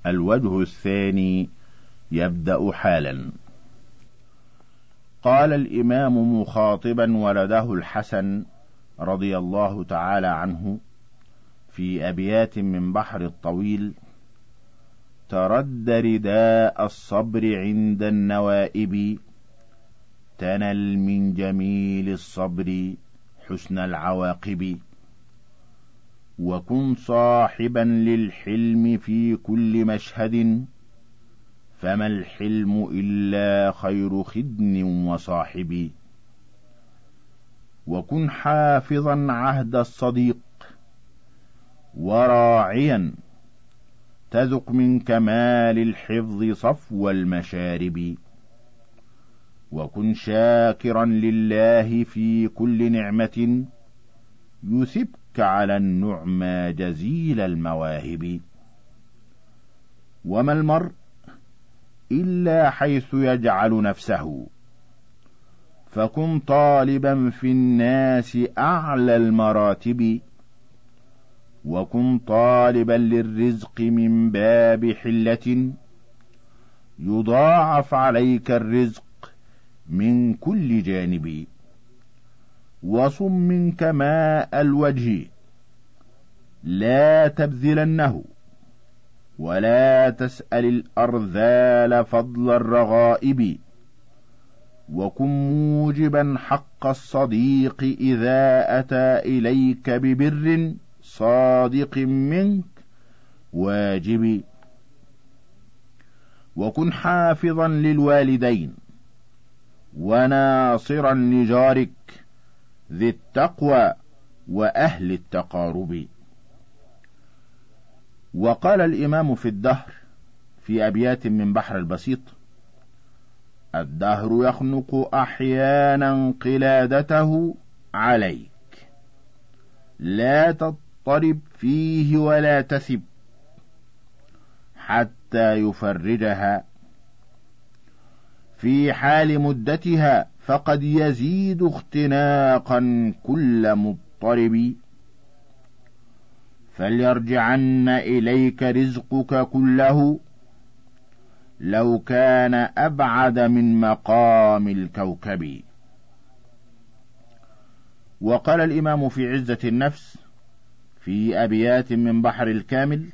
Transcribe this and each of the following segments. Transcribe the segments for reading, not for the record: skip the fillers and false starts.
الوجه الثاني يبدأ حالا. قال الإمام مخاطبا ولده الحسن رضي الله تعالى عنه في أبيات من بحر الطويل: ترد رداء الصبر عند النوائب، تنل من جميل الصبر حسن العواقب، وكن صاحبا للحلم في كل مشهد، فما الحلم إلا خير خدن وصاحب، وكن حافظا عهد الصديق وراعيا، تذق من كمال الحفظ صفو المشارب، وكن شاكرا لله في كل نعمة، يثبك على النعمى جزيل المواهب، وما المرء إلا حيث يجعل نفسه، فكن طالبا في الناس أعلى المراتب، وكن طالبا للرزق من باب حلة، يضاعف عليك الرزق من كل جانب، وصم منك ماء الوجه لا تبذلنه، ولا تسأل الأرذال فضل الرغائب، وكن موجبا حق الصديق إذا أتى إليك ببر صادق منك واجب، وكن حافظا للوالدين وناصرا لجارك ذي التقوى وأهل التقارب. وقال الإمام في الدهر في أبيات من بحر البسيط: الدهر يخنق أحيانا قلادته عليك، لا تضطرب فيه ولا تثب، حتى يفرجها في حال مدتها، فقد يزيد اختناقا كل مضطرب، فليرجعن إليك رزقك كله، لو كان أبعد من مقام الكوكب. وقال الإمام في عزة النفس في أبيات من بحر الكامل: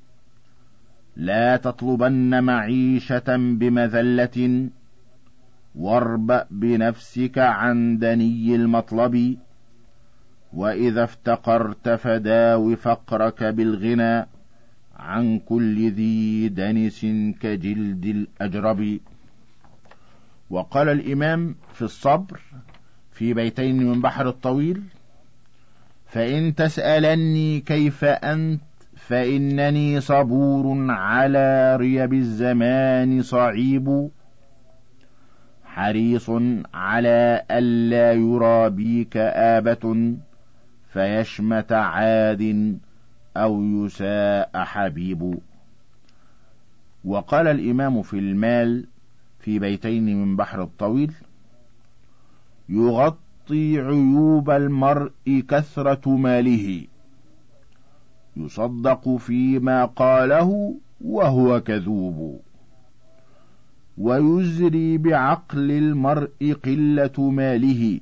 لا تطلبن معيشة بمذلة، واربأ بنفسك عن دني المطلب، وإذا افتقرت فداو فقرك بالغنى، عن كل ذي دنس كجلد الأجرب. وقال الإمام في الصبر في بيتين من بحر الطويل: فإن تسألني كيف أنت، فإنني صبور على ريب الزمان صعيب، حريص على ألا يرى بي كآبة، فيشمت عاد أو يساء حبيب. وقال الإمام في المال في بيتين من بحر الطويل: يغطي عيوب المرء كثرة ماله، يصدق فيما قاله وهو كذوب، ويزري بعقل المرء قلة ماله،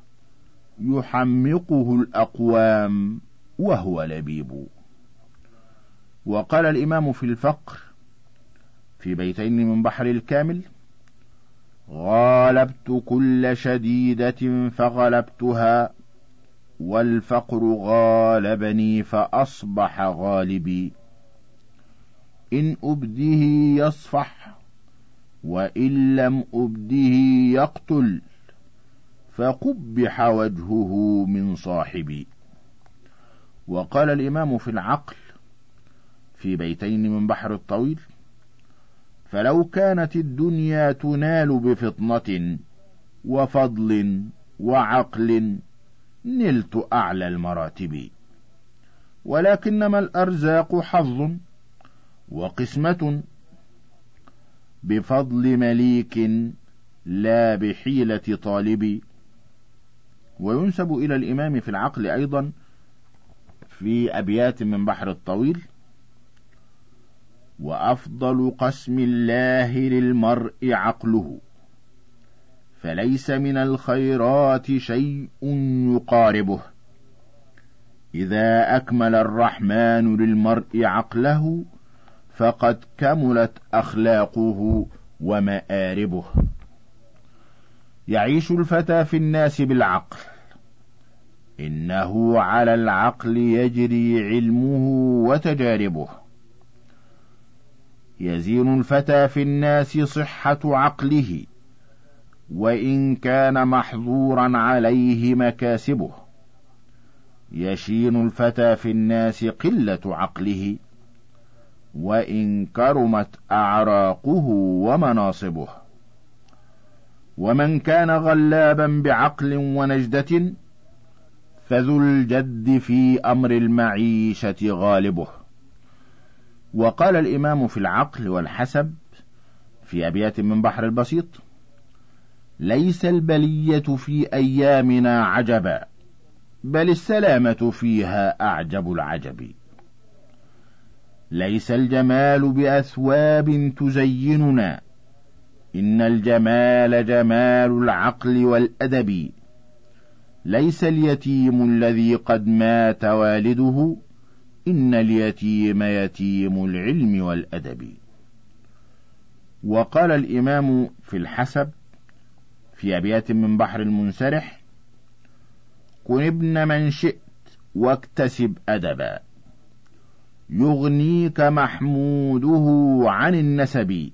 يحمقه الأقوام وهو لبيب. وقال الإمام في الفقر في بيتين من بحر الكامل: غالبت كل شديدة فغلبتها، والفقر غالبني فأصبح غالبي، إن أبده يصفح وإن لم أبده يقتل، فقبح وجهه من صاحبي. وقال الإمام في العقل في بيتين من بحر الطويل: فلو كانت الدنيا تنال بفطنة وفضل وعقل، نلت أعلى المراتب، ولكنما الأرزاق حظ وقسمة، بفضل مليك لا بحيلة طالب. وينسب إلى الإمام في العقل أيضا في أبيات من بحر الطويل: وأفضل قسم الله للمرء عقله، فليس من الخيرات شيء يقاربه. إذا أكمل الرحمن للمرء عقله فقد كملت أخلاقه ومآربه. يعيش الفتى في الناس بالعقل، إنه على العقل يجري علمه وتجاربه. يزين الفتى في الناس صحة عقله، وإن كان محظورا عليه مكاسبه. يشين الفتى في الناس قلة عقله، وإن كرمت أعراقه ومناصبه. ومن كان غلابا بعقل ونجدة فذو الجد في أمر المعيشة غالبه. وقال الإمام في العقل والحسب في أبيات من بحر البسيط: ليس البلية في أيامنا عجبا، بل السلامة فيها أعجب العجب. ليس الجمال بأثواب تزيننا، إن الجمال جمال العقل والأدب. ليس اليتيم الذي قد مات والده، إن اليتيم يتيم العلم والأدب. وقال الإمام في الحسب في أبيات من بحر المنسرح: كن ابن من شئت واكتسب أدبا، يغنيك محموده عن النسب.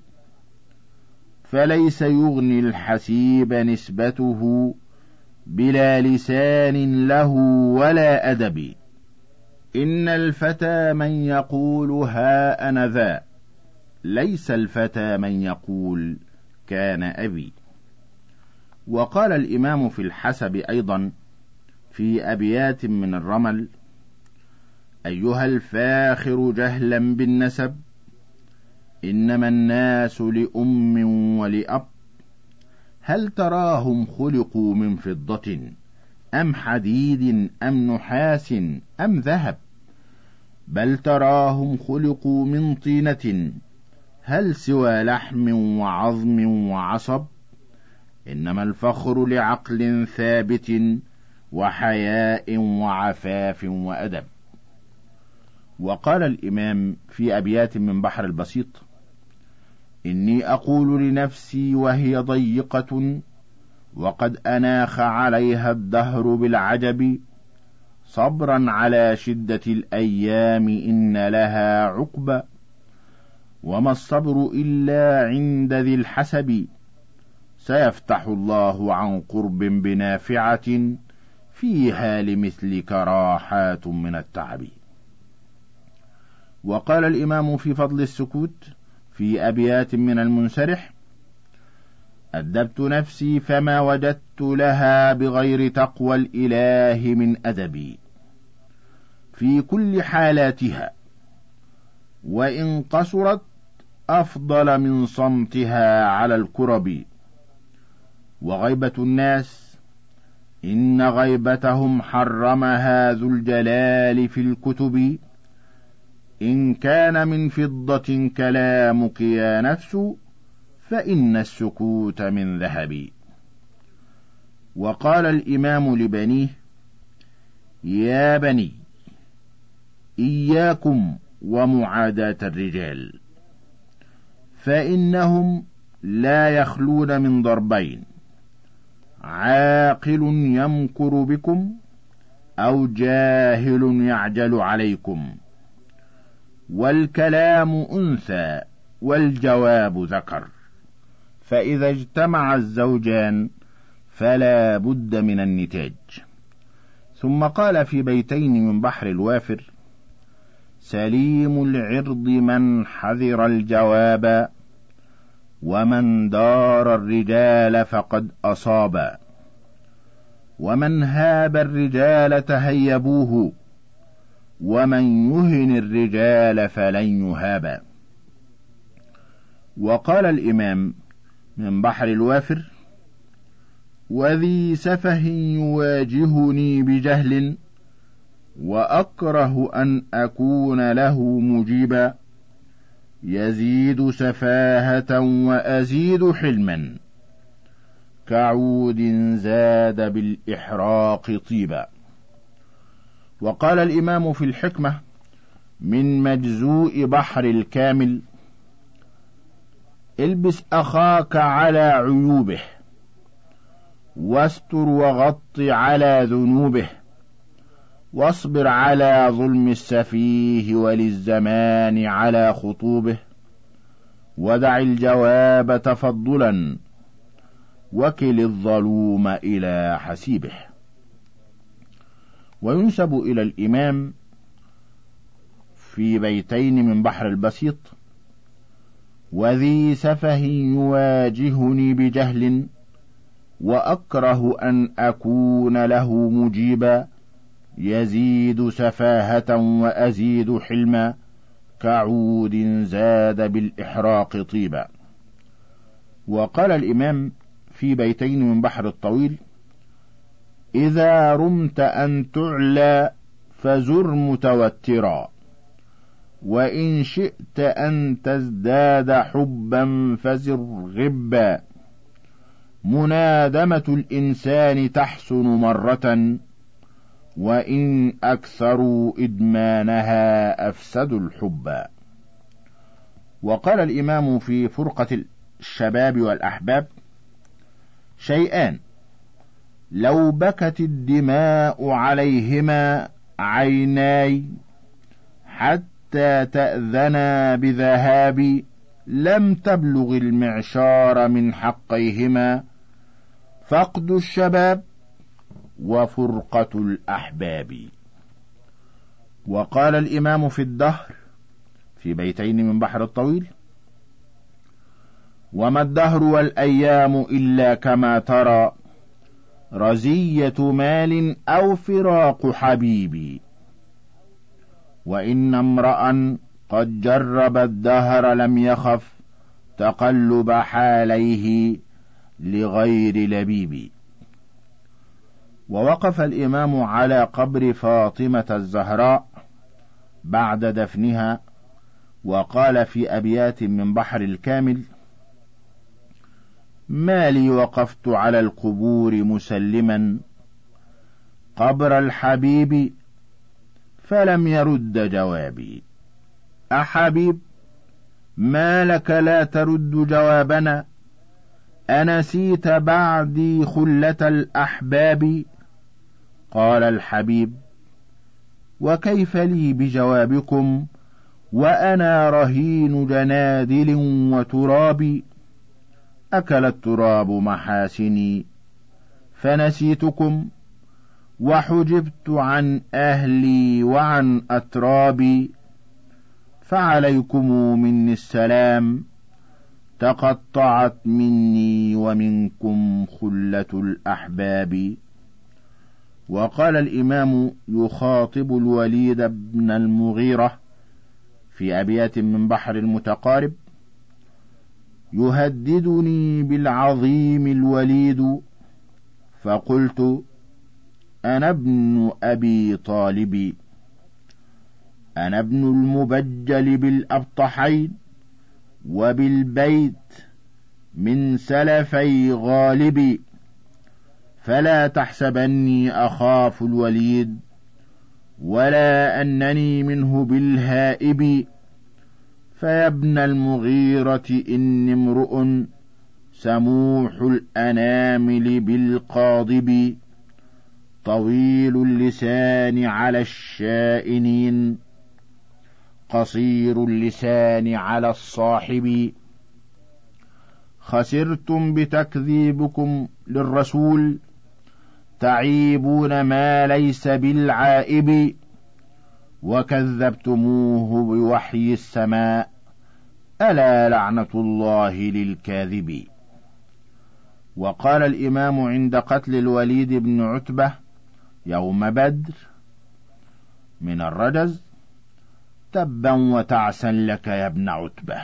فليس يغني الحسيب نسبته، بلا لسان له ولا أدب. إن الفتى من يقول ها أنا ذا، ليس الفتى من يقول كان أبي. وقال الإمام في الحسب أيضا في أبيات من الرمل: أيها الفاخر جهلا بالنسب، إنما الناس لأم ولأب. هل تراهم خلقوا من فضة أم حديد أم نحاس أم ذهب؟ بل تراهم خلقوا من طينة، هل سوى لحم وعظم وعصب؟ إنما الفخر لعقل ثابت وحياء وعفاف وأدب. وقال الإمام في أبيات من بحر البسيط: إني أقول لنفسي وهي ضيقة، وقد أناخ عليها الدهر بالعجب. صبرا على شدة الأيام إن لها عقبى، وما الصبر إلا عند ذي الحسب. سيفتح الله عن قرب بنافعة، فيها لمثلك راحات من التعب. وقال الإمام في فضل السكوت في أبيات من المنسرح: أدبت نفسي فما وجدت لها بغير تقوى الإله من أدبي، في كل حالاتها، وإن قصرت أفضل من صمتها على الكرب. وغيبة الناس إن غيبتهم حرمها ذو الجلال في الكتب. إن كان من فضة كلامك يا نفس، فإن السكوت من ذهب. وقال الإمام لبنيه: يا بني، إياكم ومعاداة الرجال، فإنهم لا يخلون من ضربين: عاقل يمكر بكم، أو جاهل يعجل عليكم. والكلام أنثى والجواب ذكر، فإذا اجتمع الزوجان فلا بد من النتاج. ثم قال في بيتين من بحر الوافر: سليم العرض من حذر الجواب، ومن دار الرجال فقد أصاب. ومن هاب الرجال تهيبوه، ومن يهن الرجال فلن يهابا. وقال الإمام من بحر الوافر: وذي سفه يواجهني بجهل، وأكره أن أكون له مجيبا. يزيد سفاهة وأزيد حلما، كعود زاد بالإحراق طيبا. وقال الإمام في الحكمة من مجزوء بحر الكامل: البس أخاك على عيوبه، واستر وغط على ذنوبه، واصبر على ظلم السفيه وللزمان على خطوبه، ودع الجواب تفضلا، وكل الظلوم إلى حسيبه. وينسب إلى الإمام في بيتين من بحر البسيط: وذي سفه يواجهني بجهل، وأكره أن أكون له مجيبا، يزيد سفاهة وأزيد حلما، كعود زاد بالإحراق طيبا. وقال الإمام في بيتين من بحر الطويل: إذا رمت أن تعلى فزر متوترا، وإن شئت أن تزداد حبا فزر غبا، منادمة الإنسان تحسن مرة، وإن أكثروا إدمانها أفسدوا الحب. وقال الإمام في فرقة الشباب والأحباب: شيئان لو بكت الدماء عليهما عيناي حتى تأذنا بذهابي، لم تبلغ المعشار من حقيهما، فقد الشباب وفرقة الأحباب. وقال الإمام في الدهر في بيتين من بحر الطويل: وما الدهر والأيام إلا كما ترى، رزية مال أو فراق حبيبي، وإن امرأ قد جرب الدهر لم يخف تقلب حاليه لغير لبيب. ووقف الإمام على قبر فاطمة الزهراء بعد دفنها، وقال في أبيات من بحر الكامل: ما لي وقفت على القبور مسلما قبر الحبيب فلم يرد جوابي. أحبيب ما لك لا ترد جوابنا، أنسيت بعدي خلة الأحباب؟ قال الحبيب: وكيف لي بجوابكم وأنا رهين جنادل وتراب، أكل التراب محاسني فنسيتكم، وحجبت عن أهلي وعن أترابي، فعليكم مني السلام، تقطعت مني ومنكم خلة الأحباب. وقال الإمام يخاطب الوليد بن المغيرة في أبيات من بحر المتقارب: يهددني بالعظيم الوليد، فقلت أنا ابن أبي طالب، أنا ابن المبجل بالأبطحين، وبالبيت من سلفي غالبي، فلا تحسبني أخاف الوليد، ولا أنني منه بالهائب، فيا ابن المغيرة إني امرؤ سموح الأنامل بالقاضب، طويل اللسان على الشائنين، قصير اللسان على الصاحب، خسرتم بتكذيبكم للرسول، تعيبون ما ليس بالعائب، وكذبتموه بوحي السماء، ألا لعنة الله للكاذب. وقال الإمام عند قتل الوليد بن عتبة يوم بدر من الرجز: تبا وتعسا لك يا ابن عتبة،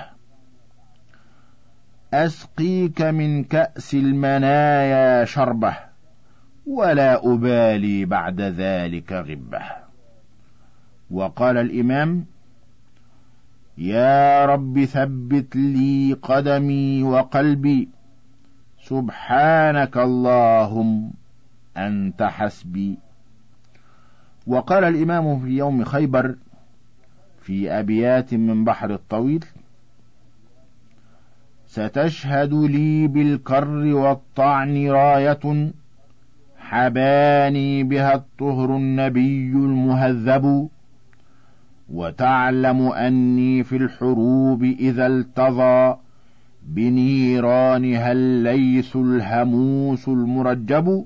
أسقيك من كأس المنايا شربة، ولا أبالي بعد ذلك غبة. وقال الإمام: يا رب ثبت لي قدمي وقلبي، سبحانك اللهم أنت حسبي. وقال الإمام في يوم خيبر في أبيات من بحر الطويل: ستشهد لي بالكر والطعن راية، حباني بها الطهر النبي المهذب، وتعلم أني في الحروب إذا التظى بنيرانها الليث الهموس المرجب،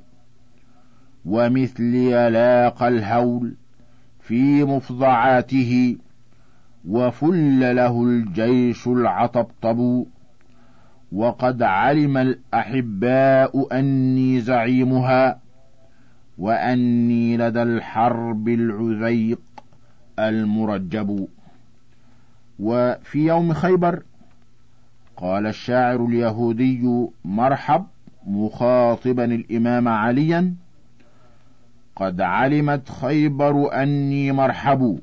ومثلي لاقى الهول في مفضعاته، وفل له الجيش العطبطب، وقد علم الأحباء أني زعيمها، وأني لدى الحرب العذيق المرجب. وفي يوم خيبر قال الشاعر اليهودي مرحب مخاطبا الإمام عليا: قد علمت خيبر أني مرحب،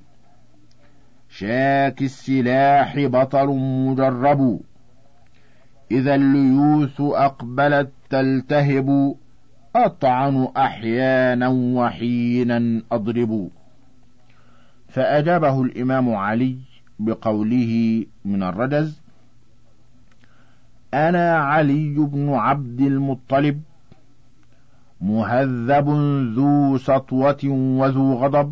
شاك السلاح بطل مجرب، إذا الليوث أقبلت تلتهب، أطعن أحيانا وحينا أضرب. فأجابه الإمام علي بقوله من الرجز: أنا علي بن عبد المطلب، مهذب ذو سطوة وذو غضب،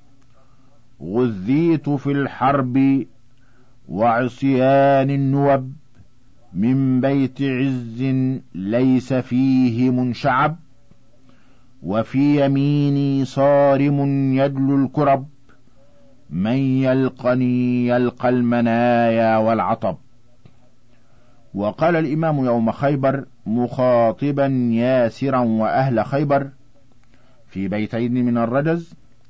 غذيت في الحرب وعصيان النوب، من بيت عز ليس فيه منشعب، وفي يميني صارم يدلو الكرب، من يلقني يلقى المنايا والعطب. وقال الإمام يوم خيبر مخاطبا ياسرا وأهل خيبر في بيتين من الرجز: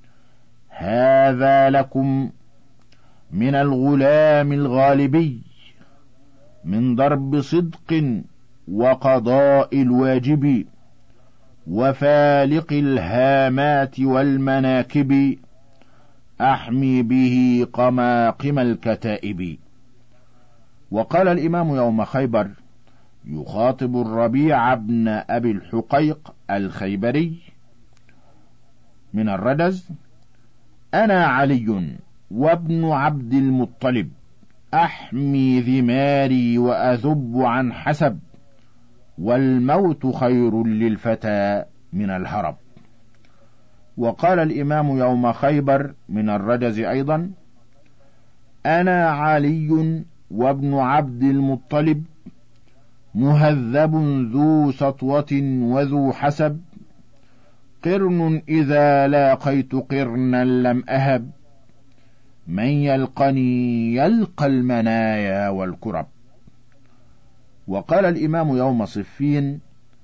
هذا لكم من الغلام الغالبي، من ضرب صدق وقضاء الواجب، وفالق الهامات والمناكب، أحمي به قماقم الكتائب. وقال الإمام يوم خيبر يخاطب الربيع بن أبي الحقيق الخيبري من الرجز: أنا علي وابن عبد المطلب، أحمي ذماري وأذب عن حسب، والموت خير للفتى من الهرب. وقال الإمام يوم خيبر من الرجز أيضا: أنا علي وابن عبد المطلب، مهذب ذو سطوة وذو حسب، قرن إذا لاقيت قرنا لم أهب، من يلقني يلقى المنايا والكرب. وقال الإمام يوم صفين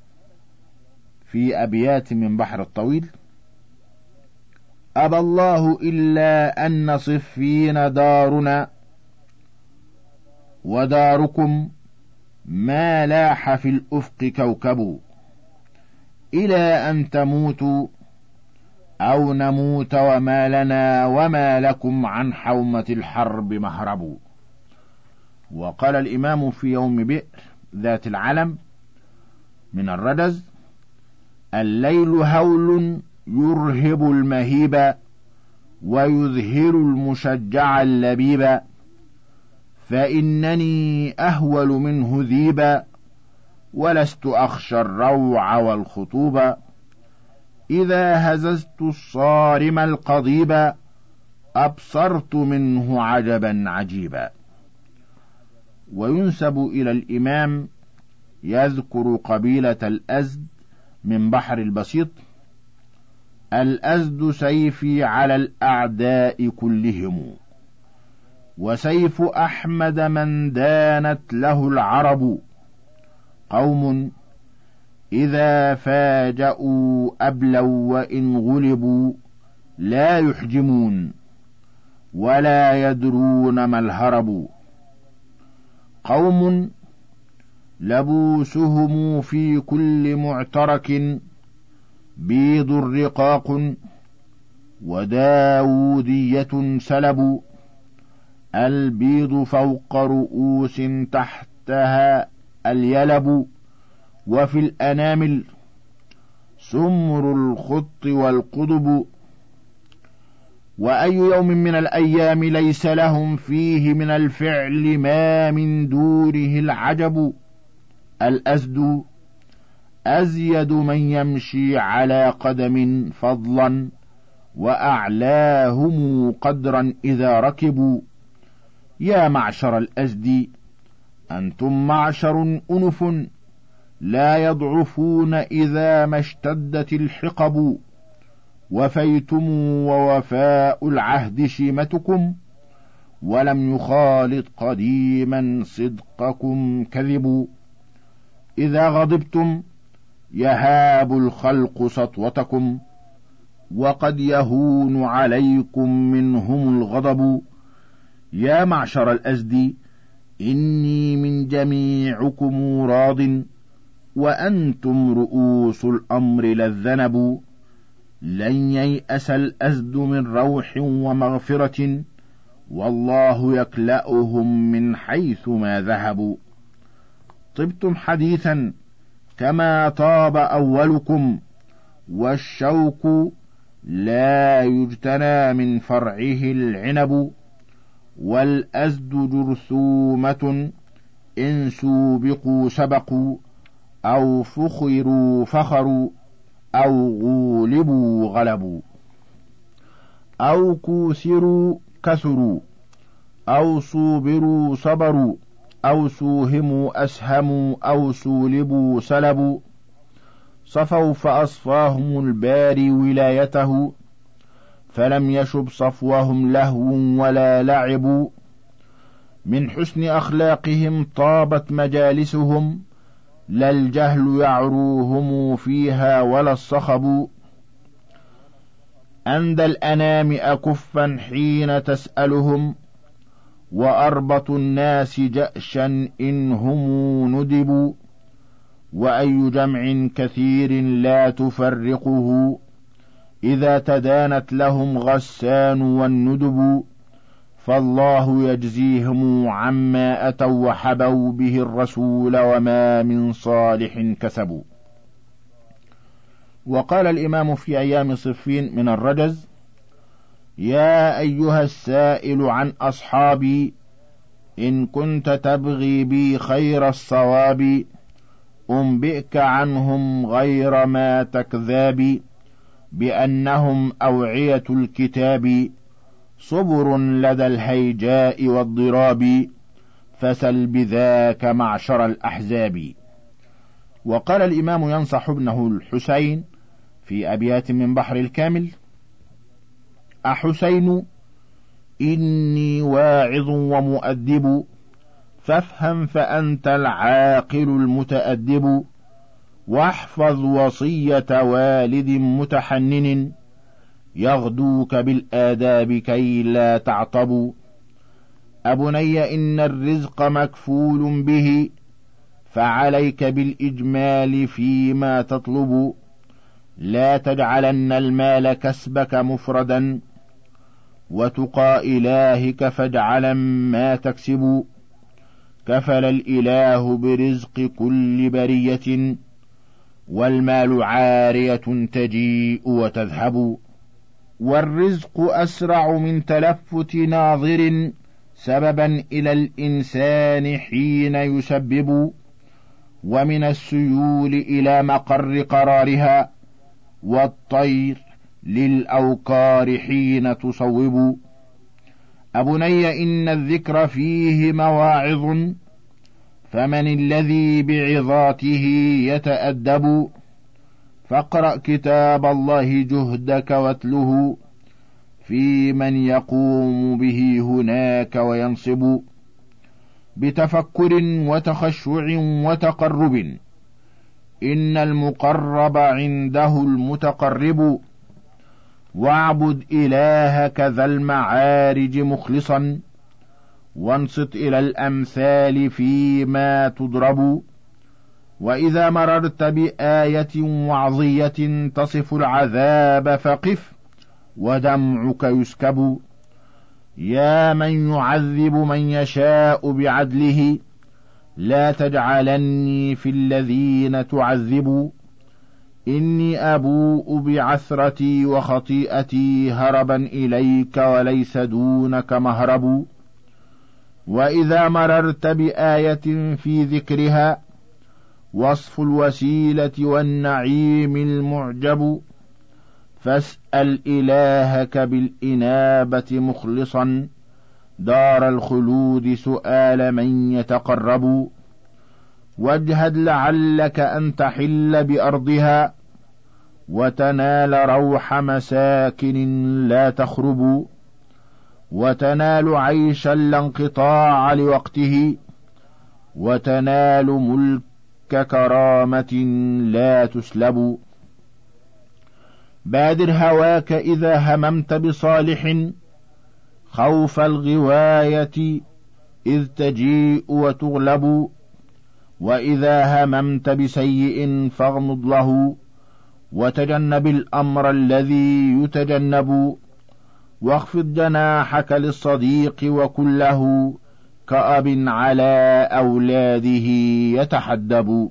في أبيات من بحر الطويل: أبى الله إلا أن صفين دارنا، وداركم ما لاح في الأفق كوكب، إلى أن تموتوا أو نموت وما لنا وما لكم عن حومة الحرب مهرب. وقال الإمام في يوم بئر ذات العلم من الرجز: الليل هول يرهب المهيب، ويذهل المشجع اللبيب، فإنني أهول منه ذيبا، ولست أخشى الروع والخطوب، إذا هززت الصارم القضيب، أبصرت منه عجبا عجيبا. وينسب إلى الإمام يذكر قبيلة الأزد من بحر البسيط: الأزد سيفي على الأعداء كلهم، وسيف أحمد من دانت له العرب، قوم إذا فاجأوا أبلوا، وإن غلبوا لا يحجمون، ولا يدرون ما الهرب، قوم لبوسهم في كل معترك بيض رقاق، وداودية سلب، البيض فوق رؤوس تحتها اليلب، وفي الأنامل سمر الخط والقضب. وأي يوم من الأيام ليس لهم فيه من الفعل ما من دونه العجب. الأسد أزيد من يمشي على قدم فضلا، وأعلاهم قدرا إذا ركبوا. يا معشر الأسد أنتم معشر أنف، لا يضعفون إذا ما اشتدت الحقب. وفيتم ووفاء العهد شيمتكم، ولم يخالط قديما صدقكم كذب. إذا غضبتم يهاب الخلق سطوتكم، وقد يهون عليكم منهم الغضب. يا معشر الأسد إني من جميعكم راض، وأنتم رؤوس الأمر لا الذنب. لن ييأس الأسد من روح ومغفرة، والله يكلأهم من حيث ما ذهبوا. طبتم حديثا كما طاب أولكم، والشوك لا يجتنى من فرعه العنب. والأسد جرثومة إن سوبقوا سبقوا، أو فخروا فخروا، أو غولبوا غلبوا، أو كوثروا كثروا، أو صوبروا صبروا، أو سوهموا أسهموا، أو سولبوا سلبوا. صفوا فأصفاهم الباري ولايته، فلم يشب صفوهم لهو ولا لعب. من حسن أخلاقهم طابت مجالسهم، لا الجهل يعروهم فيها ولا الصخب. أندى الأنام أكفا حين تسألهم، وأربط الناس جأشا إن هم ندبوا. وأي جمع كثير لا تفرقه، إذا تدانت لهم غسان والندب. فالله يجزيهم عما أتوا وحبوا به الرسول، وما من صالح كسبوا. وقال الإمام في أيام صفين من الرجز: يا أيها السائل عن أصحابي، إن كنت تبغي بي خير الصواب، أنبئك عنهم غير ما تكذاب. بأنهم أوعية الكتاب، صبر لدى الهيجاء والضراب، فسل بذاك معشر الأحزاب. وقال الإمام ينصح ابنه الحسين في أبيات من بحر الكامل: أحسين إني واعظ ومؤدب، فافهم فأنت العاقل المتأدب. واحفظ وصية والد متحنن، يغدوك بالآداب كي لا تعطبوا. أبني إن الرزق مكفول به، فعليك بالإجمال فيما تطلب. لا تجعلن المال كسبك مفردا، وتقى إلهك فاجعلا ما تكسب. كفل الإله برزق كل برية، والمال عارية تجيء وتذهب. والرزق أسرع من تلفت ناظر، سببا إلى الإنسان حين يسبب. ومن السيول إلى مقر قرارها، والطير للأوكار حين تصوب. أبني إن الذكر فيه مواعظ، فمن الذي بعظاته يتأدب. فاقرأ كتاب الله جهدك واتله، في من يقوم به هناك وينصب. بتفكر وتخشع وتقرب، إن المقرب عنده المتقرب. واعبد إلهك ذا المعارج مخلصا، وانصت إلى الأمثال فيما تضرب. وإذا مررت بآية وعظية تصف العذاب، فقف ودمعك يسكب. يا من يعذب من يشاء بعدله لا تجعلني في الذين تعذب، إني أبوء بعثرتي وخطيئتي هربا إليك وليس دونك مهرب. وإذا مررت بآية في ذكرها وصف الوسيلة والنعيم المعجب، فاسأل إلهك بالإنابة مخلصا دار الخلود سؤال من يتقرب. واجهد لعلك أن تحل بأرضها وتنال روح مساكن لا تخرب، وتنال عيشا لا انقطاع لوقته، وتنال ملك كرامة لا تسلب. بادر هواك إذا هممت بصالح خوف الغواية إذ تجيء وتغلب، وإذا هممت بسيء فاغمض له وتجنب الأمر الذي يتجنب، واخفض جناحك للصديق وكله كأب على أولاده يتحدب.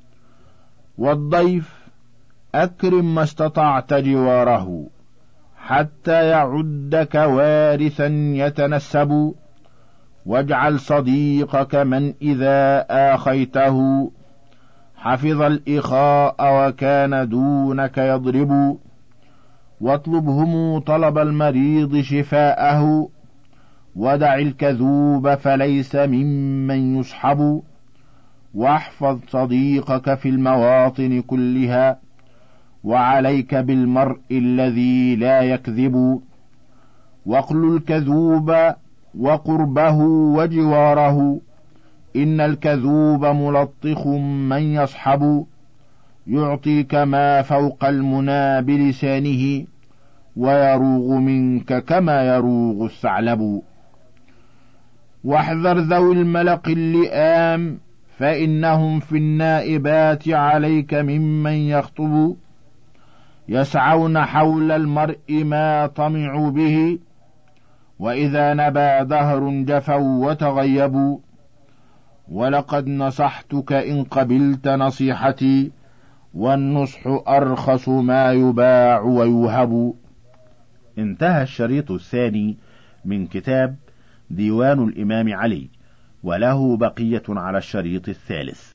والضيف أكرم ما استطعت جواره حتى يعدك وارثا يتنسب، واجعل صديقك من إذا آخيته حفظ الإخاء وكان دونك يضرب، واطلبهم طلب المريض شفاءه ودع الكذوب فليس ممن يسحب، واحفظ صديقك في المواطن كلها وعليك بالمرء الذي لا يكذب، واقل الكذوب وقربه وجواره إن الكذوب ملطخ من يصحب، يعطيك ما فوق المنى بلسانه ويروغ منك كما يروغ الثعلب. واحذر ذوي الملق اللئام فإنهم في النائبات عليك ممن يخطب، يسعون حول المرء ما طمعوا به وإذا نبى دهر جفوا وتغيبوا، ولقد نصحتك إن قبلت نصيحتي والنصح أرخص ما يباع ويوهب. انتهى الشريط الثاني من كتاب ديوان الإمام علي، وله بقية على الشريط الثالث.